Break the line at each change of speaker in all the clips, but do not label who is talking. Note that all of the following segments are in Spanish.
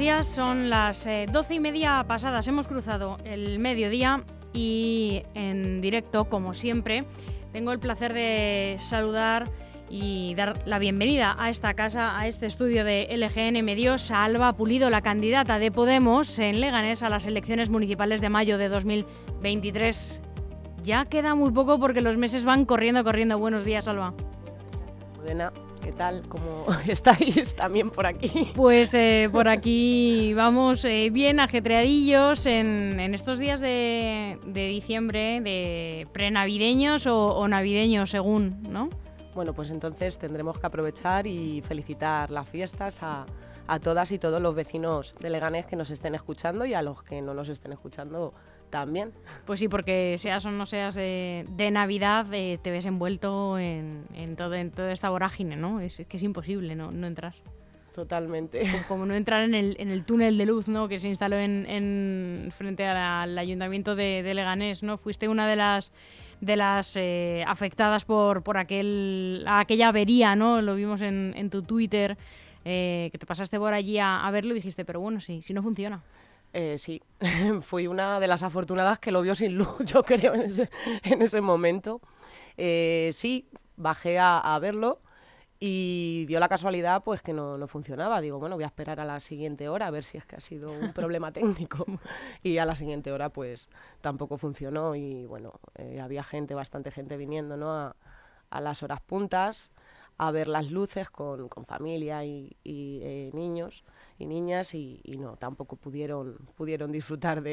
días, son las 12:30 pasadas. Hemos cruzado el mediodía y en directo, como siempre, tengo el placer de saludar y dar la bienvenida a esta casa, a este estudio de LGN Medios, a Alba Pulido, la candidata de Podemos en Leganés a las elecciones municipales de mayo de 2023. Ya queda muy poco porque los meses van corriendo. Buenos días, Alba.
Buena. ¿Qué tal? ¿Cómo estáis también por aquí?
Pues por aquí vamos bien ajetreadillos en estos días de diciembre, de prenavideños o navideños, según, ¿no?
Bueno, pues entonces tendremos que aprovechar y felicitar las fiestas a todas y todos los vecinos de Leganés que nos estén escuchando y a los que no nos estén escuchando también.
Pues sí, porque seas o no seas de Navidad, te ves envuelto en toda esta vorágine, ¿no? Es que es imposible no entrar.
Totalmente.
Como no entrar en el túnel de luz, ¿no?, que se instaló en frente al ayuntamiento de Leganés, ¿no? Fuiste una de las afectadas por aquella avería, ¿no? Lo vimos en tu Twitter, que te pasaste por allí a verlo y dijiste, pero bueno, sí, si no funciona.
Sí, fui una de las afortunadas que lo vio sin luz, yo creo, en ese momento. Sí, bajé a verlo y dio la casualidad pues que no funcionaba. Digo, bueno, voy a esperar a la siguiente hora a ver si es que ha sido un problema técnico. Y a la siguiente hora pues tampoco funcionó y bueno, había bastante gente viniendo, ¿no?, a las horas puntas a ver las luces con familia y niños y niñas y no, tampoco pudieron disfrutar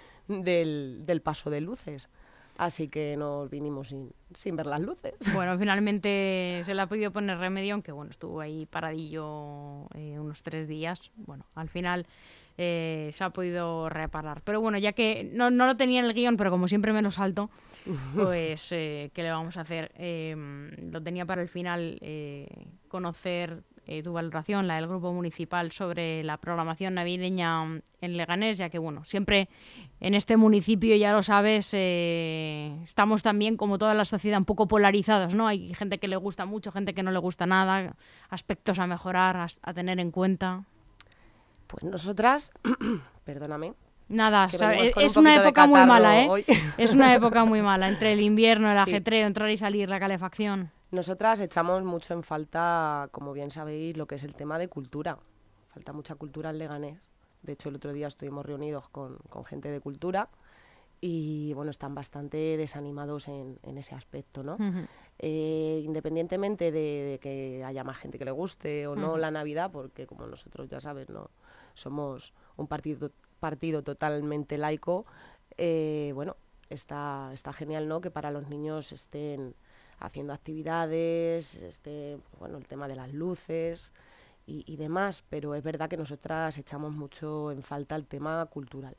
del paso de luces. Así que nos vinimos sin ver las luces.
Bueno, finalmente se le ha podido poner remedio, aunque bueno, estuvo ahí paradillo unos 3 días. Bueno, al final se ha podido reparar. Pero bueno, ya que no lo tenía en el guión, pero como siempre me lo salto, pues ¿qué le vamos a hacer? Lo tenía para el final conocer tu valoración, la del Grupo Municipal, sobre la programación navideña en Leganés, ya que, bueno, siempre en este municipio, ya lo sabes, estamos también, como toda la sociedad, un poco polarizados, ¿no? Hay gente que le gusta mucho, gente que no le gusta nada, aspectos a mejorar, a tener en cuenta.
Pues nosotras, perdóname.
Nada, es una época muy mala, ¿eh? Es una época muy mala, entre el invierno, el ajetreo, entrar y salir, la calefacción.
Nosotras echamos mucho en falta, como bien sabéis, lo que es el tema de cultura. Falta mucha cultura en Leganés. De hecho, el otro día estuvimos reunidos con gente de cultura y, bueno, están bastante desanimados en ese aspecto, ¿no?
Uh-huh.
Independientemente de que haya más gente que le guste o no la Navidad, porque, como nosotros ya sabes, no somos un partido totalmente laico, bueno, está genial, ¿no?, que para los niños estén haciendo actividades, bueno, el tema de las luces y demás, pero es verdad que nosotras echamos mucho en falta el tema cultural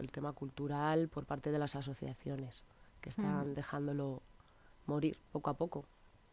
por parte de las asociaciones, que están dejándolo morir poco a poco.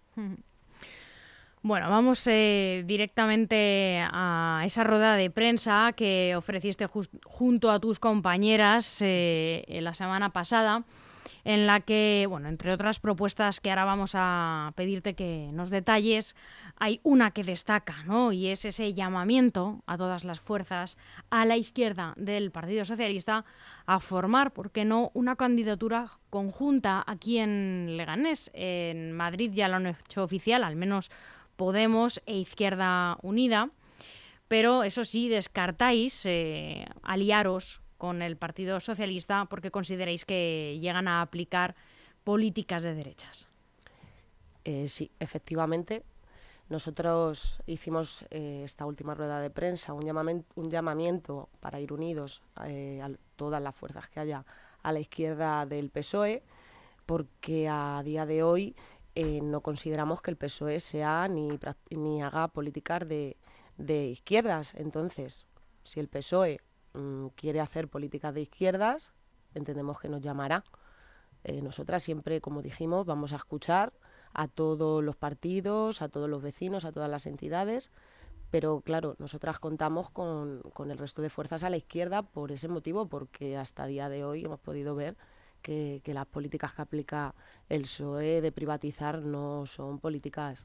Bueno, vamos directamente a esa rueda de prensa que ofreciste junto a tus compañeras la semana pasada, en la que, bueno, entre otras propuestas que ahora vamos a pedirte que nos detalles, hay una que destaca, ¿no?, y es ese llamamiento a todas las fuerzas a la izquierda del Partido Socialista a formar, ¿por qué no?, una candidatura conjunta aquí en Leganés. En Madrid ya lo han hecho oficial, al menos Podemos e Izquierda Unida, pero eso sí, descartáis aliaros con el Partido Socialista porque consideráis que llegan a aplicar políticas de derechas.
Sí, efectivamente. Nosotros hicimos esta última rueda de prensa, un llamamiento para ir unidos a todas las fuerzas que haya a la izquierda del PSOE, porque a día de hoy no consideramos que el PSOE sea ni haga políticas de izquierdas. Entonces, si el PSOE quiere hacer políticas de izquierdas, entendemos que nos llamará. Nosotras siempre, como dijimos, vamos a escuchar a todos los partidos, a todos los vecinos, a todas las entidades, pero claro, nosotras contamos con el resto de fuerzas a la izquierda por ese motivo, porque hasta el día de hoy hemos podido ver que las políticas que aplica el PSOE de privatizar no son políticas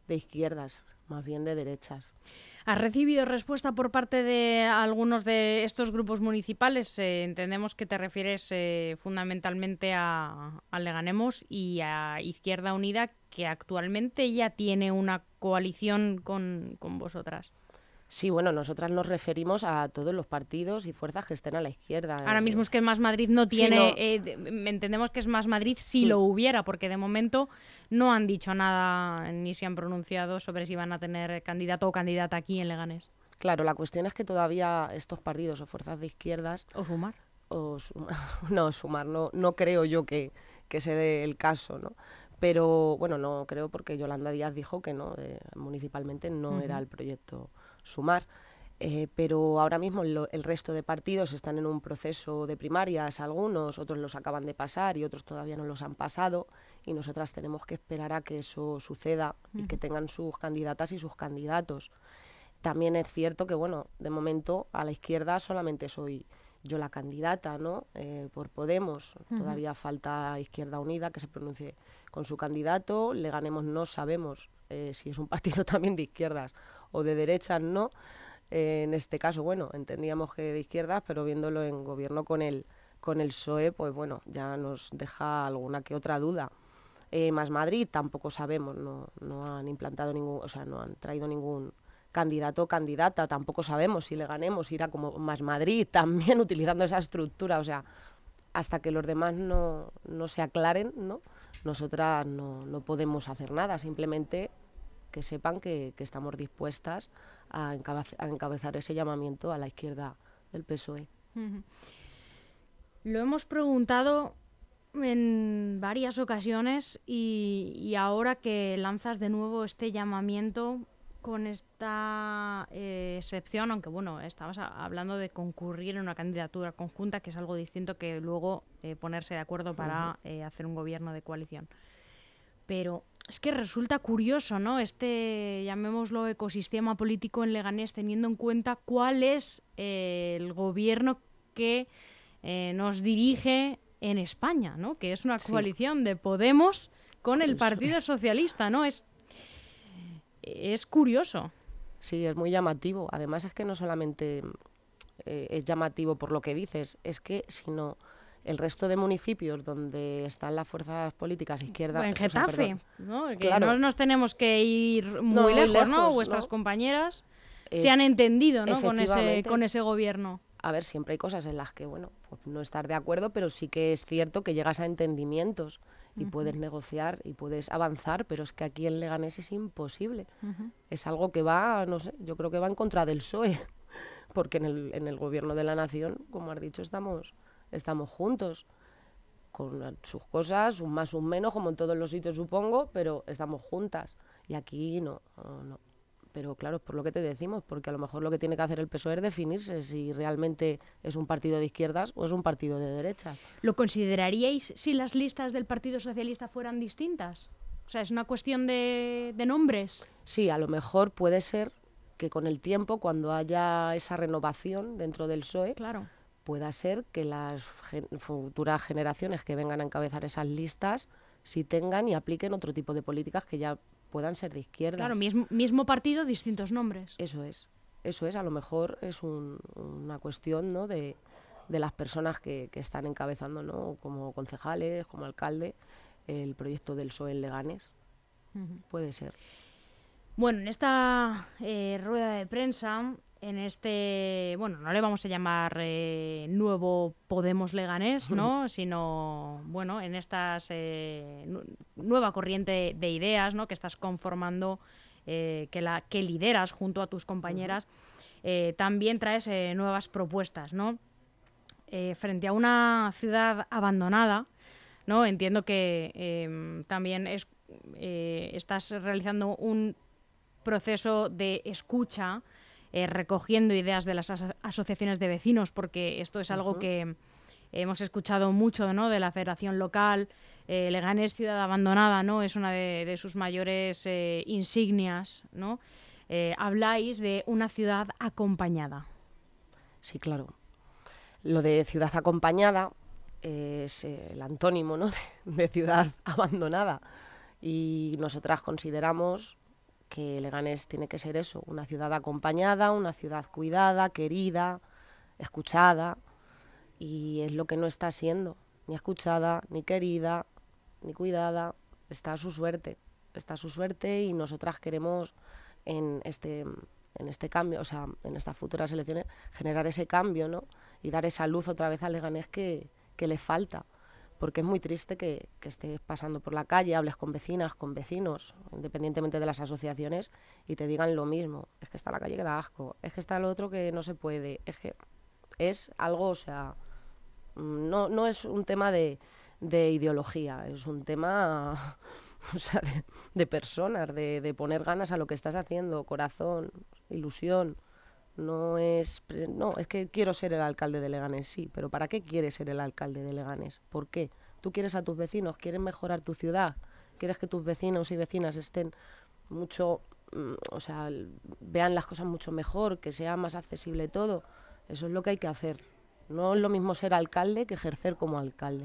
de izquierdas, más bien de derechas.
¿Has recibido respuesta por parte de algunos de estos grupos municipales? Entendemos que te refieres fundamentalmente a Leganemos y a Izquierda Unida, que actualmente ya tiene una coalición con vosotras.
Sí, bueno, nosotras nos referimos a todos los partidos y fuerzas que estén a la izquierda.
Ahora mismo es que Más Madrid no
Sí,
tiene...
no.
Entendemos que es Más Madrid si lo hubiera, porque de momento no han dicho nada ni se han pronunciado sobre si van a tener candidato o candidata aquí en Leganés.
Claro, la cuestión es que todavía estos partidos o fuerzas de izquierdas...
O Sumar.
No, Sumar, no creo yo que se dé el caso, ¿no? Pero, bueno, no creo porque Yolanda Díaz dijo que no, municipalmente no era el proyecto Sumar. Pero ahora mismo el resto de partidos están en un proceso de primarias, algunos, otros los acaban de pasar y otros todavía no los han pasado, y nosotras tenemos que esperar a que eso suceda y que tengan sus candidatas y sus candidatos. También es cierto que, bueno, de momento a la izquierda solamente soy yo la candidata, ¿no? Por Podemos. Todavía falta Izquierda Unida que se pronuncie con su candidato. Leganemos no sabemos si es un partido también de izquierdas o de derechas, ¿no? En este caso, bueno, entendíamos que de izquierdas, pero viéndolo en gobierno con el PSOE, pues bueno, ya nos deja alguna que otra duda. Más Madrid tampoco sabemos, no han implantado ningún, o sea, no han traído ningún candidato o candidata, tampoco sabemos si Leganemos irá como Más Madrid, también utilizando esa estructura, o sea, hasta que los demás no se aclaren, ¿no? Nosotras no podemos hacer nada, simplemente que sepan que estamos dispuestas a encabezar ese llamamiento a la izquierda del PSOE.
Lo hemos preguntado en varias ocasiones y ahora que lanzas de nuevo este llamamiento con esta excepción, aunque bueno, estabas hablando de concurrir en una candidatura conjunta, que es algo distinto que luego ponerse de acuerdo para hacer un gobierno de coalición. Pero es que resulta curioso, ¿no? Este, llamémoslo, ecosistema político en Leganés, teniendo en cuenta cuál es el gobierno que nos dirige en España, ¿no? Que es una coalición de Podemos con el Partido Socialista, ¿no? Es curioso.
Sí, es muy llamativo. Además es que no solamente es llamativo por lo que dices, es que sino el resto de municipios donde están las fuerzas políticas izquierdas...
En Getafe, ¿no? Que
claro,
no nos tenemos que ir muy lejos, ¿no? Vuestras compañeras se han entendido, ¿no? Con ese gobierno.
A ver, siempre hay cosas en las que, bueno, pues no estar de acuerdo, pero sí que es cierto que llegas a entendimientos y puedes negociar y puedes avanzar, pero es que aquí en Leganés es imposible. Es algo que va, no sé, yo creo que va en contra del PSOE, porque en el gobierno de la nación, como has dicho, estamos juntos, con sus cosas, un más, un menos, como en todos los sitios supongo, pero estamos juntas. Y aquí no. Pero claro, es por lo que te decimos, porque a lo mejor lo que tiene que hacer el PSOE es definirse si realmente es un partido de izquierdas o es un partido de derechas.
¿Lo consideraríais si las listas del Partido Socialista fueran distintas? O sea, ¿es una cuestión de nombres?
Sí, a lo mejor puede ser que con el tiempo, cuando haya esa renovación dentro del PSOE,
claro,
pueda ser que las futuras generaciones que vengan a encabezar esas listas sí tengan y apliquen otro tipo de políticas que ya puedan ser de izquierdas.
Claro, mismo partido, distintos nombres.
Eso es, a lo mejor es una cuestión, ¿no? de las personas que están encabezando, ¿no? Como concejales, como alcalde, el proyecto del PSOE en Leganés. Puede ser.
Bueno, en esta rueda de prensa, en este, bueno, no le vamos a llamar nuevo Podemos Leganés, ¿no? Sino, bueno, en estas nueva corriente de ideas, ¿no? Que estás conformando, que lideras junto a tus compañeras, también traes nuevas propuestas, ¿no? Frente a una ciudad abandonada, ¿no? Entiendo que también estás realizando un proceso de escucha, recogiendo ideas de las asociaciones de vecinos, porque esto es algo que hemos escuchado mucho, ¿no? De la Federación Local. Leganés Ciudad Abandonada, ¿no? Es una de sus mayores insignias, ¿no? Habláis de una ciudad acompañada.
Sí, claro. Lo de ciudad acompañada es el antónimo, ¿no? de ciudad abandonada. Y nosotras consideramos que Leganés tiene que ser eso, una ciudad acompañada, una ciudad cuidada, querida, escuchada, y es lo que no está siendo, ni escuchada, ni querida, ni cuidada. Está a su suerte y nosotras queremos en este cambio, o sea, en estas futuras elecciones, generar ese cambio, ¿no? Y dar esa luz otra vez al Leganés que le falta. Porque es muy triste que estés pasando por la calle, hables con vecinas, con vecinos, independientemente de las asociaciones, y te digan lo mismo. Es que está la calle que da asco, es que está lo otro que no se puede, es que es algo, o sea, no es un tema de ideología, es un tema o sea, de personas, de poner ganas a lo que estás haciendo, corazón, ilusión. No, es que quiero ser el alcalde de Leganés, sí, pero ¿para qué quieres ser el alcalde de Leganés? ¿Por qué? ¿Tú quieres a tus vecinos? ¿Quieres mejorar tu ciudad? ¿Quieres que tus vecinos y vecinas estén mucho, o sea, vean las cosas mucho mejor, que sea más accesible todo? Eso es lo que hay que hacer. No es lo mismo ser alcalde que ejercer como alcalde.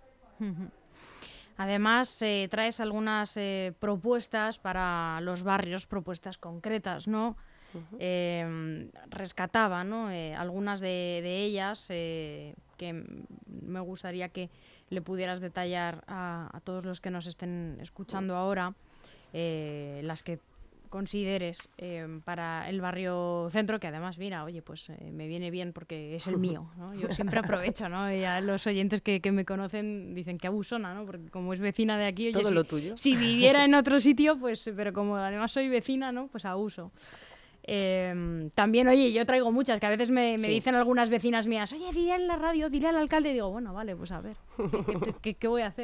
Además, traes algunas propuestas para los barrios, propuestas concretas, ¿no? Rescataba, ¿no? Algunas de ellas que me gustaría que le pudieras detallar a todos los que nos estén escuchando ahora, las que consideres para el barrio centro, que además, mira, oye, pues me viene bien porque es el mío, ¿no? Yo siempre aprovecho, ¿no? Y a los oyentes que me conocen dicen que abusona, ¿no? Porque como es vecina de aquí, oye,
todo lo tuyo.
Si viviera en otro sitio, pues, pero como además soy vecina, ¿no? Pues abuso. También, oye, yo traigo muchas, que a veces me dicen algunas vecinas mías, oye, dile en la radio, dile al alcalde, y digo, bueno, vale, pues a ver, ¿qué voy a hacer?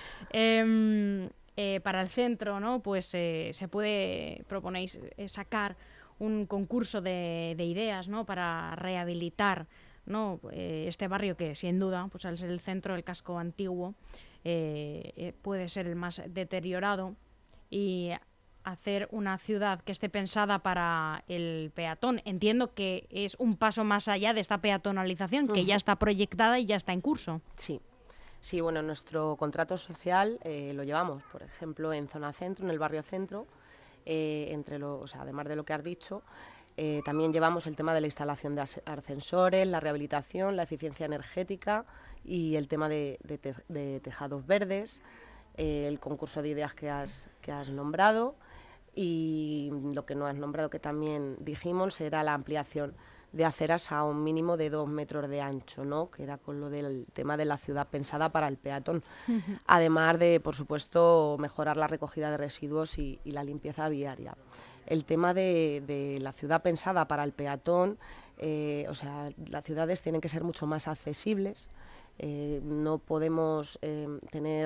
Para el centro, ¿no? Pues se puede, proponéis, sacar un concurso de ideas, ¿no? Para rehabilitar, ¿no? Este barrio que, sin duda, pues al ser el centro, el casco antiguo, puede ser el más deteriorado, y hacer una ciudad que esté pensada para el peatón. Entiendo que es un paso más allá de esta peatonalización, que ya está proyectada y ya está en curso.
Sí, bueno, nuestro contrato social lo llevamos, por ejemplo, en zona centro, en el barrio centro, o sea, además de lo que has dicho, también llevamos el tema de la instalación de ascensores, la rehabilitación, la eficiencia energética y el tema de tejados verdes, el concurso de ideas que has nombrado, y lo que no has nombrado, que también dijimos, era la ampliación de aceras a un mínimo de 2 metros de ancho, ¿no? Que era con lo del tema de la ciudad pensada para el peatón. Además de, por supuesto, mejorar la recogida de residuos y la limpieza viaria. El tema de la ciudad pensada para el peatón, o sea, las ciudades tienen que ser mucho más accesibles. No podemos tener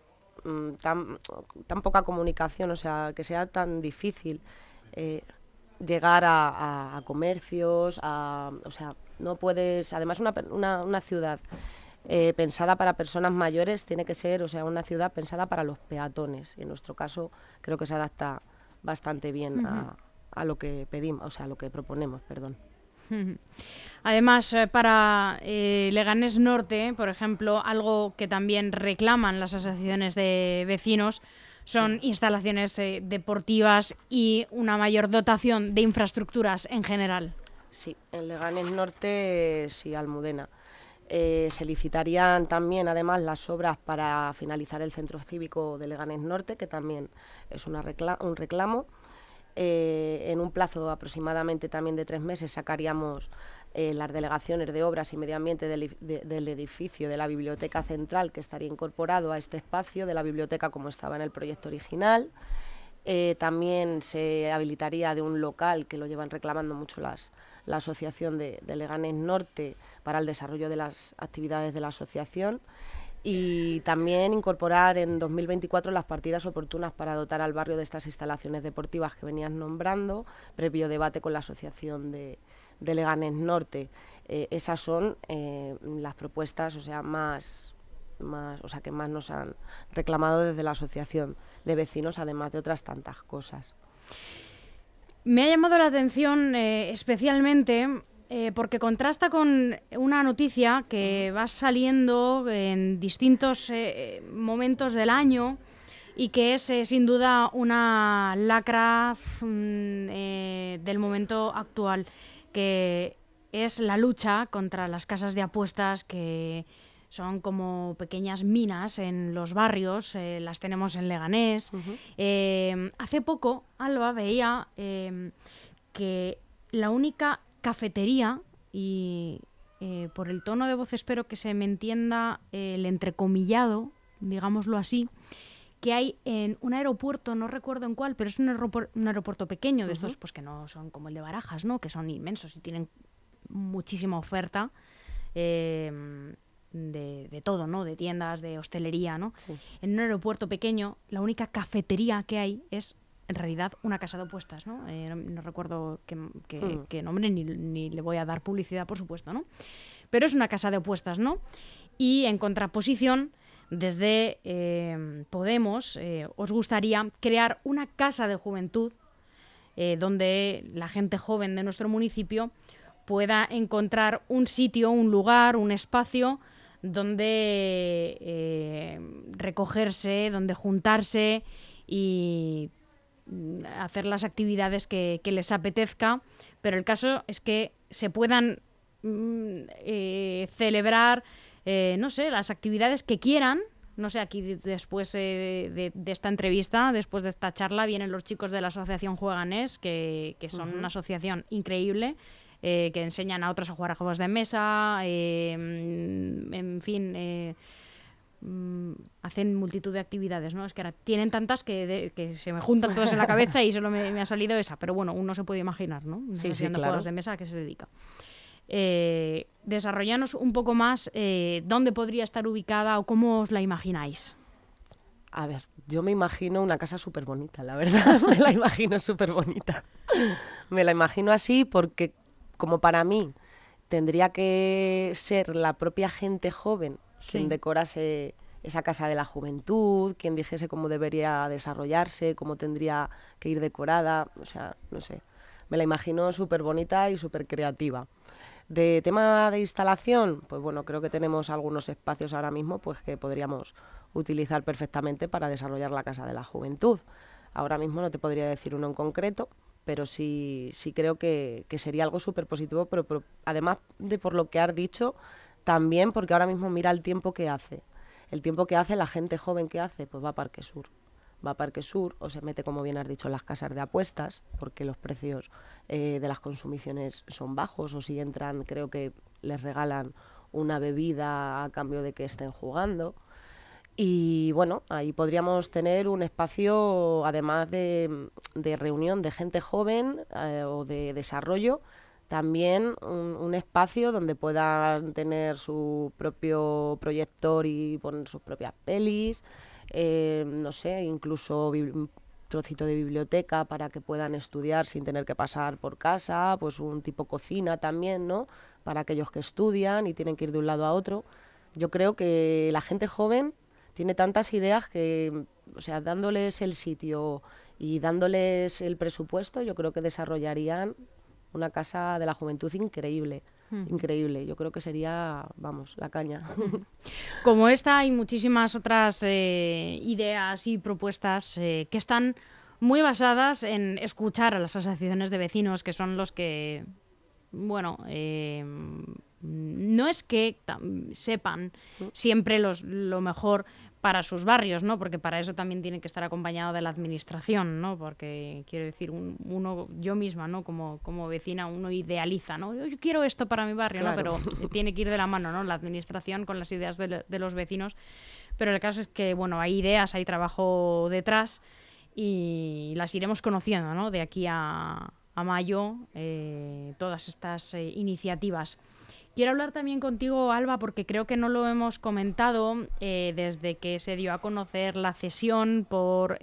tan poca comunicación, o sea, que sea tan difícil llegar a comercios, o sea, no puedes, además una ciudad pensada para personas mayores tiene que ser, o sea, una ciudad pensada para los peatones, y en nuestro caso creo que se adapta bastante bien a lo que pedimos, o sea, a lo que proponemos, perdón.
Además, para Leganés Norte, por ejemplo, algo que también reclaman las asociaciones de vecinos son instalaciones deportivas y una mayor dotación de infraestructuras en general.
Sí, en Leganés Norte, sí, Almudena. Se licitarían también, además, las obras para finalizar el centro cívico de Leganés Norte, que también es un reclamo. En un plazo aproximadamente también de 3 meses sacaríamos las delegaciones de obras y medio ambiente del edificio de la Biblioteca Central, que estaría incorporado a este espacio de la biblioteca como estaba en el proyecto original. También se habilitaría de un local que lo llevan reclamando mucho la asociación de Leganés Norte para el desarrollo de las actividades de la asociación, y también incorporar en 2024 las partidas oportunas para dotar al barrio de estas instalaciones deportivas que venías nombrando, previo debate con la asociación de Leganés Norte. Esas son las propuestas, o sea, que más nos han reclamado desde la asociación de vecinos, además de otras tantas cosas.
Me ha llamado la atención especialmente porque contrasta con una noticia que va saliendo en distintos momentos del año, y que es sin duda una lacra del momento actual, que es la lucha contra las casas de apuestas que son como pequeñas minas en los barrios, las tenemos en Leganés. Hace poco, Alba, veía que la única cafetería, y por el tono de voz espero que se me entienda el entrecomillado, digámoslo así, que hay en un aeropuerto, no recuerdo en cuál, pero es un aeropuerto pequeño, de estos pues que no son como el de Barajas, ¿no? Que son inmensos y tienen muchísima oferta de todo, ¿no? De tiendas, de hostelería, ¿no?
Sí.
En un aeropuerto pequeño, la única cafetería que hay es en realidad una casa de apuestas, ¿no? No recuerdo qué nombre, ni le voy a dar publicidad, por supuesto, ¿no? Pero es una casa de apuestas, ¿no? Y en contraposición, desde Podemos, os gustaría crear una casa de juventud donde la gente joven de nuestro municipio pueda encontrar un sitio, un lugar, un espacio donde recogerse, donde juntarse y hacer las actividades que les apetezca, pero el caso es que se puedan celebrar, no sé, las actividades que quieran. No sé, aquí después de esta entrevista, después de esta charla, vienen los chicos de la Asociación Jueganés, que son una asociación increíble, que enseñan a otros a jugar a juegos de mesa, en fin... hacen multitud de actividades, ¿no? Es que ahora tienen tantas que se me juntan todas en la cabeza y solo me ha salido esa, pero bueno, uno se puede imaginar, ¿no? Una sesión de juegos de mesa a qué se dedica. Desarrollanos un poco más dónde podría estar ubicada o cómo os la imagináis.
A ver, yo me imagino una casa súper bonita, la verdad. Me la imagino súper bonita. Me la imagino así porque, como para mí, tendría que ser la propia gente joven quien decorase esa casa de la juventud, quien dijese cómo debería desarrollarse, cómo tendría que ir decorada, o sea, no sé. Me la imagino súper bonita y súper creativa. De tema de instalación, pues bueno, creo que tenemos algunos espacios ahora mismo pues que podríamos utilizar perfectamente para desarrollar la casa de la juventud. Ahora mismo no te podría decir uno en concreto, pero sí creo que sería algo súper positivo, pero además de por lo que has dicho, también porque ahora mismo mira el tiempo que hace. El tiempo que hace la gente joven que hace, pues va a Parque Sur. Va a Parque Sur o se mete, como bien has dicho, en las casas de apuestas, porque los precios de las consumiciones son bajos, o si entran creo que les regalan una bebida a cambio de que estén jugando. Y bueno, ahí podríamos tener un espacio, además de reunión de gente joven o de desarrollo, también un espacio donde puedan tener su propio proyector y poner sus propias pelis, no sé, incluso un trocito de biblioteca para que puedan estudiar sin tener que pasar por casa, pues un tipo cocina también, ¿no? Para aquellos que estudian y tienen que ir de un lado a otro. Yo creo que la gente joven tiene tantas ideas que, o sea, dándoles el sitio y dándoles el presupuesto, yo creo que desarrollarían una casa de la juventud increíble, increíble. Yo creo que sería, vamos, la caña.
Como esta hay muchísimas otras ideas y propuestas que están muy basadas en escuchar a las asociaciones de vecinos, que son los que, bueno, no es que sepan siempre lo mejor para sus barrios, ¿no? Porque para eso también tiene que estar acompañado de la administración, ¿no? Porque quiero decir, uno, yo misma, ¿no? Como vecina, uno idealiza, ¿no? Yo quiero esto para mi barrio, claro, ¿no? Pero tiene que ir de la mano, ¿no? La administración con las ideas de los vecinos. Pero el caso es que, bueno, hay ideas, hay trabajo detrás y las iremos conociendo, ¿no? De aquí a mayo, todas estas iniciativas. Quiero hablar también contigo, Alba, porque creo que no lo hemos comentado desde que se dio a conocer la cesión por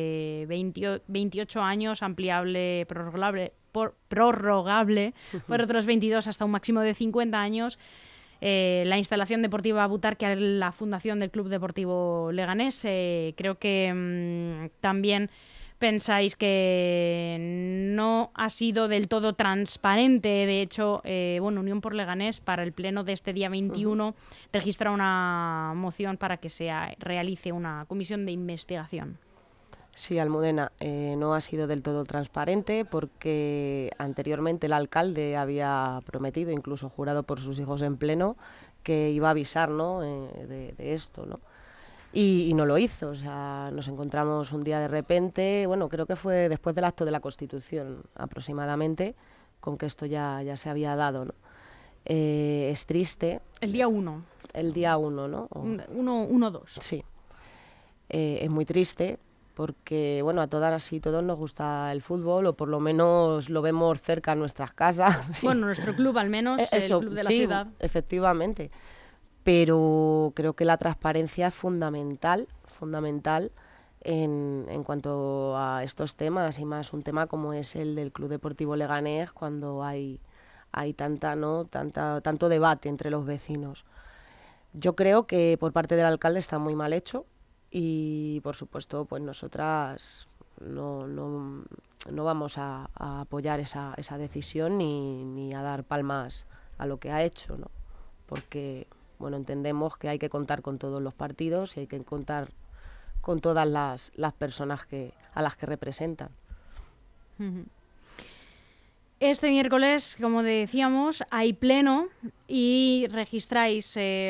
28 años, ampliable, prorrogable por otros 22 hasta un máximo de 50 años. La instalación deportiva Butarque a la fundación del Club Deportivo Leganés. Creo que también pensáis que no ha sido del todo transparente. De hecho, bueno, Unión por Leganés para el pleno de este día 21 registra una moción para que se realice una comisión de investigación.
Sí, Almudena, no ha sido del todo transparente porque anteriormente el alcalde había prometido, incluso jurado por sus hijos en pleno, que iba a avisar, ¿no? De esto, ¿no? Y no lo hizo, o sea, nos encontramos un día de repente, bueno, creo que fue después del acto de la Constitución aproximadamente, con que esto ya se había dado, ¿no? Es triste.
El día 1.
El día 1, ¿no?
1-2.
Sí. Es muy triste porque, bueno, a todas y todos nos gusta el fútbol, o por lo menos lo vemos cerca en nuestras casas. Sí.
Bueno, nuestro club al menos,
Eso,
el club de la
sí,
ciudad.
Efectivamente. Pero creo que la transparencia es fundamental en cuanto a estos temas, y más un tema como es el del Club Deportivo Leganés, cuando hay tanto debate entre los vecinos. Yo creo que por parte del alcalde está muy mal hecho y, por supuesto, pues nosotras no vamos a apoyar esa decisión ni a dar palmas a lo que ha hecho, ¿no? Porque, bueno, entendemos que hay que contar con todos los partidos y hay que contar con todas las personas a las que representan.
Este miércoles, como decíamos, hay pleno y registráis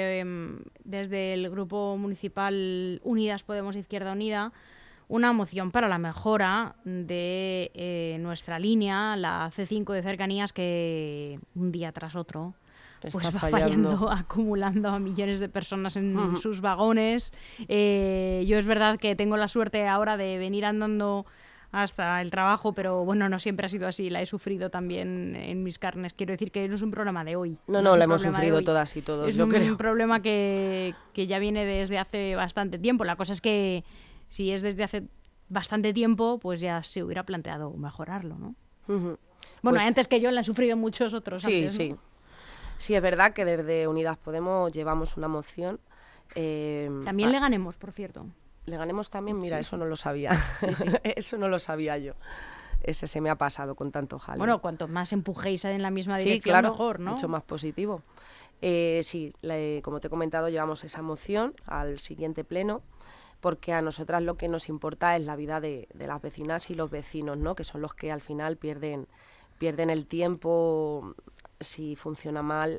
desde el Grupo Municipal Unidas Podemos Izquierda Unida una moción para la mejora de nuestra línea, la C5 de cercanías, que un día tras otro pues va fallando, acumulando a millones de personas en sus vagones. Yo es verdad que tengo la suerte ahora de venir andando hasta el trabajo, pero bueno, no siempre ha sido así, la he sufrido también en mis carnes. Quiero decir que no es un problema de hoy.
No, la hemos sufrido todas y todos,
yo creo. Es un problema que ya viene desde hace bastante tiempo. La cosa es que si es desde hace bastante tiempo, pues ya se hubiera planteado mejorarlo, ¿no? Bueno, pues, antes que yo la han sufrido muchos otros.
Sí,
antes,
sí.
¿no?
Sí, es verdad que desde Unidas Podemos llevamos una moción.
También le ganemos, por cierto.
¿Le ganemos también? Mira,
sí,
eso no lo sabía.
Sí.
Eso no lo sabía yo. Ese se me ha pasado con tanto jaleo.
Bueno, cuanto más empujéis en la misma dirección,
sí, claro,
mejor, ¿no?
Mucho más positivo. Sí, como te he comentado, llevamos esa moción al siguiente pleno, porque a nosotras lo que nos importa es la vida de las vecinas y los vecinos, ¿no? Que son los que al final pierden el tiempo si funciona mal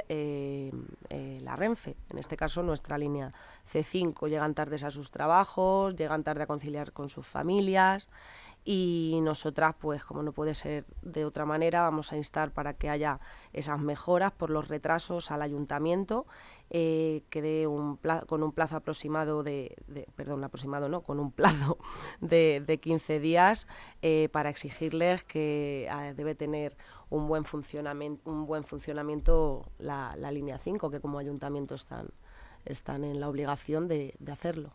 la Renfe, en este caso nuestra línea C5. Llegan tardes a sus trabajos, llegan tarde a conciliar con sus familias, y nosotras, pues como no puede ser de otra manera, vamos a instar para que haya esas mejoras por los retrasos al ayuntamiento, que dé con un plazo aproximado con un plazo de 15 días para exigirles que debe tener un buen funcionamiento la línea 5, que como ayuntamiento están en la obligación de hacerlo.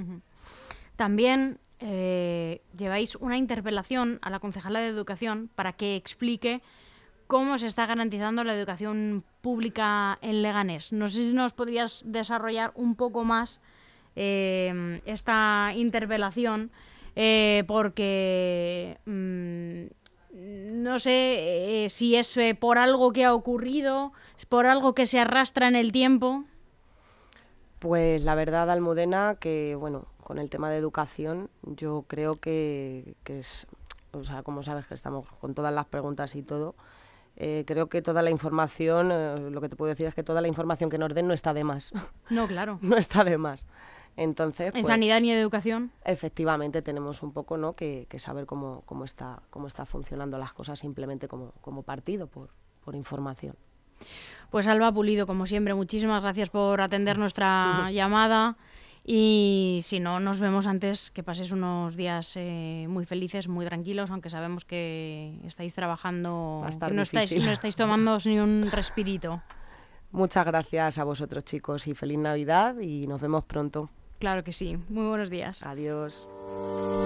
También lleváis una interpelación a la concejala de Educación para que explique cómo se está garantizando la educación pública en Leganés. No sé si nos podrías desarrollar un poco más esta interpelación, porque no sé si es por algo que ha ocurrido, por algo que se arrastra en el tiempo.
Pues la verdad, Almudena, que bueno, con el tema de educación yo creo que es, o sea, como sabes que estamos con todas las preguntas y todo, creo que toda la información, lo que te puedo decir es que toda la información que nos den no está de más.
No, claro.
No está de más. Entonces,
¿En sanidad ni educación?
Efectivamente tenemos un poco, ¿no?, que saber cómo está funcionando las cosas simplemente como partido, por información.
Pues Alba Pulido, como siempre, muchísimas gracias por atender nuestra llamada, y si no nos vemos antes, que pases unos días muy felices, muy tranquilos, aunque sabemos que estáis trabajando, que no estáis tomando ni un respirito.
Muchas gracias a vosotros, chicos, y feliz Navidad, y nos vemos pronto.
Claro que sí. Muy buenos días.
Adiós.